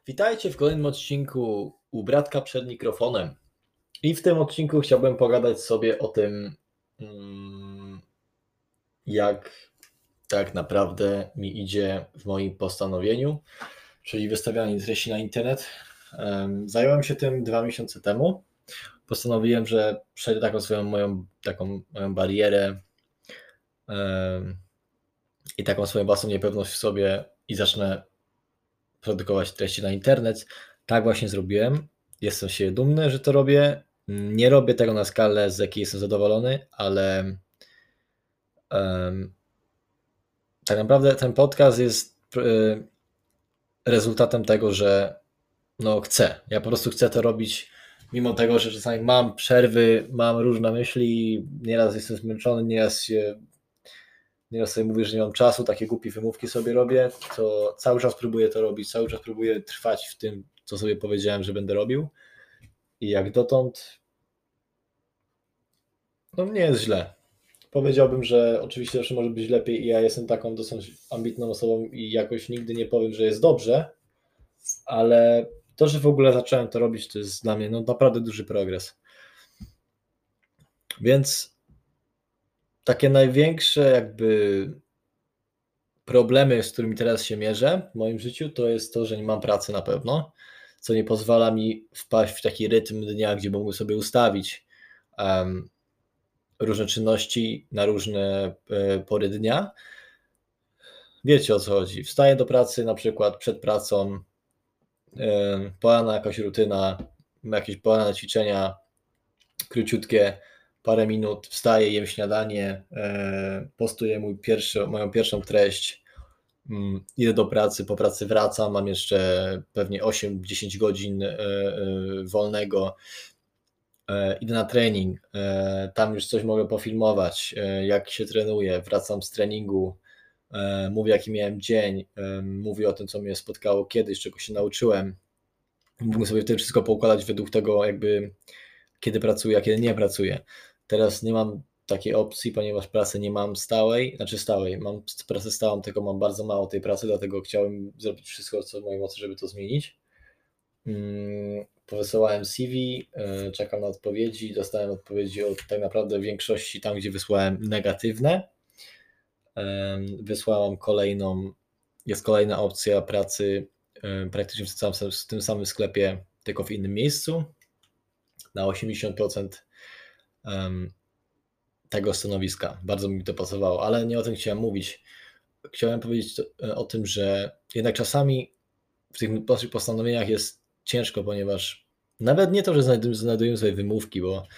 Witajcie w kolejnym odcinku u Bratka przed mikrofonem. I w tym odcinku chciałbym pogadać sobie o tym, jak tak naprawdę mi idzie w moim postanowieniu, czyli wystawianie treści na internet. Zająłem się tym 2 miesiące temu. Postanowiłem, że przejdę taką moją barierę i taką swoją własną niepewność w sobie i zacznę produkować treści na internet. Tak właśnie zrobiłem. Jestem się dumny, że to robię. Nie robię tego na skalę, z jakiej jestem zadowolony, ale tak naprawdę ten podcast jest rezultatem tego, że chcę. Ja po prostu chcę to robić, mimo tego, że czasami mam przerwy, mam różne myśli, nieraz jestem zmęczony, nieraz sobie mówię, że nie mam czasu, takie głupie wymówki sobie robię, to cały czas próbuję to robić, cały czas próbuję trwać w tym, co sobie powiedziałem, że będę robił. I jak dotąd nie jest źle. Powiedziałbym, że oczywiście zawsze może być lepiej i ja jestem taką dosyć ambitną osobą i jakoś nigdy nie powiem, że jest dobrze, ale to, że w ogóle zacząłem to robić, to jest dla mnie naprawdę duży progres. Więc takie największe jakby problemy, z którymi teraz się mierzę w moim życiu, to jest to, że nie mam pracy na pewno, co nie pozwala mi wpaść w taki rytm dnia, gdzie mógłbym sobie ustawić różne czynności na różne pory dnia. Wiecie, o co chodzi. Wstaję do pracy na przykład przed pracą, poranna jakaś rutyna, jakieś poranne ćwiczenia króciutkie, parę minut, wstaję, jem śniadanie, postuję moją pierwszą treść, idę do pracy, po pracy wracam, mam jeszcze pewnie 8-10 godzin wolnego, idę na trening, tam już coś mogę pofilmować, jak się trenuje, wracam z treningu, mówię, jaki miałem dzień, mówię o tym, co mnie spotkało kiedyś, czego się nauczyłem. Mógłbym sobie to wszystko poukładać według tego, jakby kiedy pracuję, a kiedy nie pracuję. Teraz nie mam takiej opcji, ponieważ pracy nie mam stałej, mam pracę stałą, tylko mam bardzo mało tej pracy, dlatego chciałem zrobić wszystko, co w mojej mocy, żeby to zmienić. Powysyłałem CV, czekam na odpowiedzi, dostałem odpowiedzi od tak naprawdę większości tam, gdzie wysłałem negatywne. Wysłałam jest kolejna opcja pracy praktycznie w tym samym sklepie, tylko w innym miejscu, na 80% tego stanowiska. Bardzo mi to pasowało, ale nie o tym chciałem mówić. Chciałem powiedzieć o tym, że jednak czasami w tych waszych postanowieniach jest ciężko, ponieważ nawet nie to, że znajdujemy sobie wymówki, bo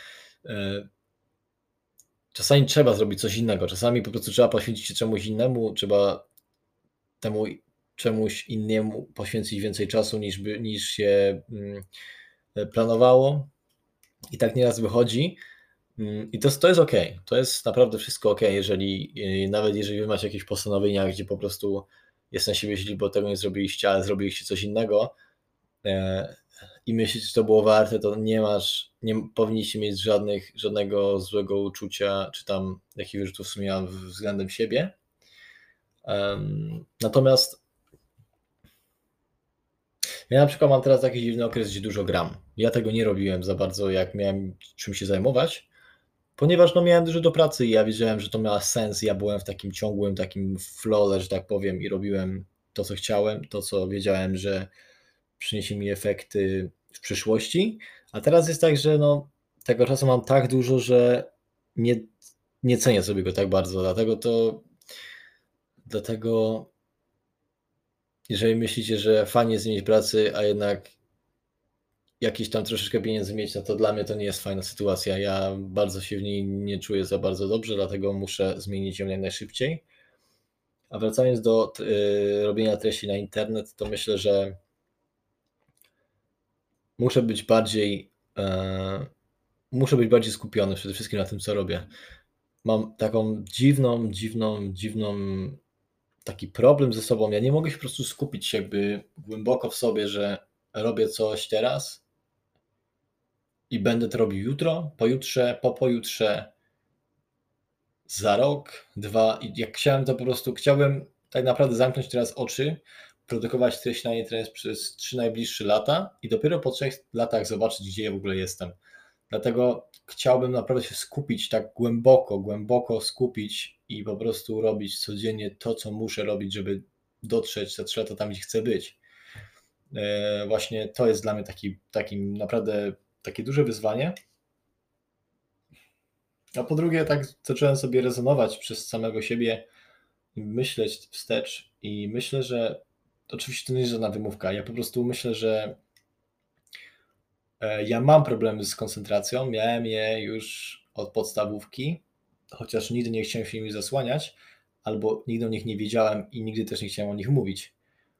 czasami trzeba zrobić coś innego, czasami po prostu trzeba poświęcić się czemuś innemu, trzeba temu czemuś innemu poświęcić więcej czasu niż się planowało. I tak nieraz wychodzi. I to jest okej. To jest naprawdę wszystko okej, nawet jeżeli wy macie jakieś postanowienia, gdzie po prostu jest na siebie źli, bo tego nie zrobiliście, ale zrobiliście coś innego i myślicie, że to było warte, to nie powinniście mieć żadnego złego uczucia, czy tam jakich wyrzutów sumienia względem siebie. Natomiast ja na przykład mam teraz taki dziwny okres, gdzie dużo gram. Ja tego nie robiłem za bardzo, jak miałem czym się zajmować, ponieważ miałem dużo do pracy i ja wiedziałem, że to miało sens. Ja byłem w takim ciągłym takim flow'le, że tak powiem, i robiłem to, co chciałem, to, co wiedziałem, że przyniesie mi efekty w przyszłości. A teraz jest tak, że tego czasu mam tak dużo, że nie cenię sobie go tak bardzo. Dlatego jeżeli myślicie, że fajnie jest mieć pracy, a jednak jakieś tam troszeczkę pieniędzy mieć, to dla mnie to nie jest fajna sytuacja. Ja bardzo się w niej nie czuję za bardzo dobrze, dlatego muszę zmienić ją jak najszybciej. A wracając do robienia treści na internet, to myślę, że muszę być bardziej skupiony przede wszystkim na tym, co robię. Mam taką dziwną taki problem ze sobą. Ja nie mogę się po prostu skupić jakby głęboko w sobie, że robię coś teraz i będę to robił jutro, pojutrze, pojutrze, za rok, 2 i jak chciałem to po prostu, chciałbym tak naprawdę zamknąć teraz oczy, produkować treść na internet przez 3 najbliższe lata i dopiero po 3 latach zobaczyć, gdzie ja w ogóle jestem. Dlatego chciałbym naprawdę się skupić tak głęboko skupić i po prostu robić codziennie to, co muszę robić, żeby dotrzeć za 3 lata tam, gdzie chcę być. Właśnie to jest dla mnie takim naprawdę takie duże wyzwanie. A po drugie, tak zacząłem sobie rezonować przez samego siebie, myśleć wstecz i myślę, że oczywiście to nie jest żadna wymówka. Ja po prostu myślę, że ja mam problemy z koncentracją. Miałem je już od podstawówki, chociaż nigdy nie chciałem się nimi zasłaniać, albo nigdy o nich nie wiedziałem i nigdy też nie chciałem o nich mówić.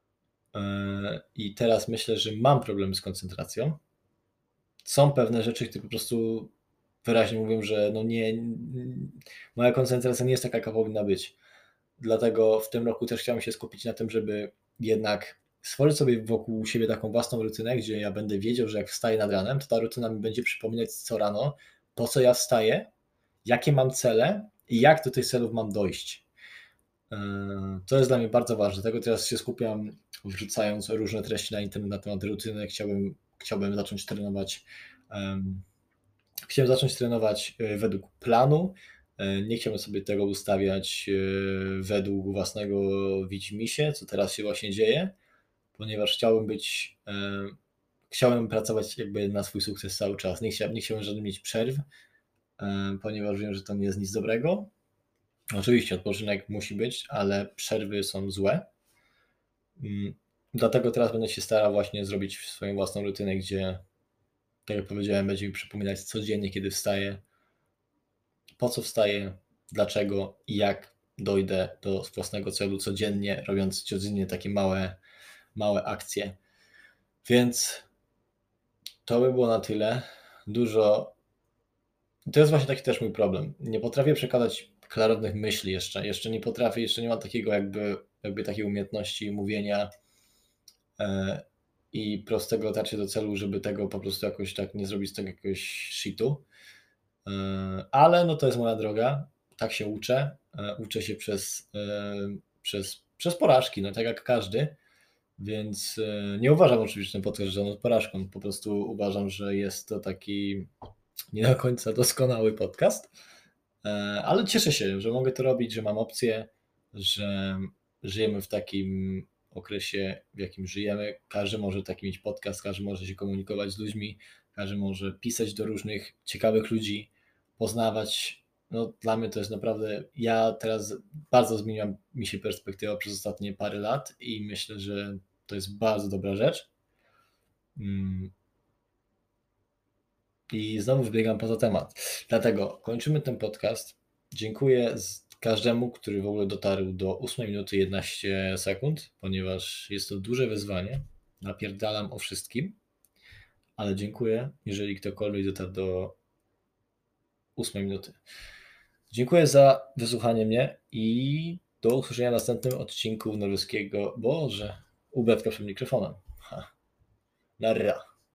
I teraz myślę, że mam problem z koncentracją. Są pewne rzeczy, które po prostu wyraźnie mówią, że no nie, moja koncentracja nie jest taka, jaka powinna być. Dlatego w tym roku też chciałem się skupić na tym, żeby jednak stworzyć sobie wokół siebie taką własną rutynę, gdzie ja będę wiedział, że jak wstaję nad ranem, to ta rutyna mi będzie przypominać co rano, po co ja wstaję, jakie mam cele i jak do tych celów mam dojść. To jest dla mnie bardzo ważne. Dlatego teraz się skupiam, wrzucając różne treści na internet na temat rutyny. Chciałbym zacząć trenować. Chciałem zacząć trenować według planu. Nie chciałbym sobie tego ustawiać według własnego widzimisię, co teraz się właśnie dzieje, ponieważ chciałem pracować jakby na swój sukces cały czas. Nie chciałem żadnych mieć przerw, ponieważ wiem, że to nie jest nic dobrego. Oczywiście odpoczynek musi być, ale przerwy są złe. Dlatego teraz będę się starał właśnie zrobić swoją własną rutynę, gdzie, tak jak powiedziałem, będzie mi przypominać codziennie, kiedy wstaję, po co wstaję, dlaczego i jak dojdę do własnego celu codziennie, robiąc codziennie takie małe akcje. Więc to by było na tyle. To jest właśnie taki też mój problem. Nie potrafię przekazać klarownych myśli jeszcze. Jeszcze nie mam takiego jakby takiej umiejętności mówienia i prostego dotarcia do celu, żeby tego po prostu jakoś tak nie zrobić z tego jakiegoś shitu. Ale no to jest moja droga, tak się uczę. Uczę się przez porażki, no tak jak każdy, więc nie uważam oczywiście ten podcast żadną porażką, po prostu uważam, że jest to taki nie do końca doskonały podcast, ale cieszę się, że mogę to robić, że mam opcję, że żyjemy w takim okresie, w jakim żyjemy. Każdy może taki mieć podcast, każdy może się komunikować z ludźmi, każdy może pisać do różnych ciekawych ludzi, poznawać. No, dla mnie to jest naprawdę, ja teraz bardzo zmieniła mi się perspektywa przez ostatnie parę lat i myślę, że to jest bardzo dobra rzecz. I znowu wybiegam poza temat. Dlatego kończymy ten podcast. Dziękuję każdemu, który w ogóle dotarł do 8 minuty 11 sekund, ponieważ jest to duże wyzwanie. Napierdalam o wszystkim, ale dziękuję, jeżeli ktokolwiek dotarł do 8 minuty. Dziękuję za wysłuchanie mnie i do usłyszenia w następnym odcinku norweskiego. Boże, ubetka przed mikrofonem. Narra.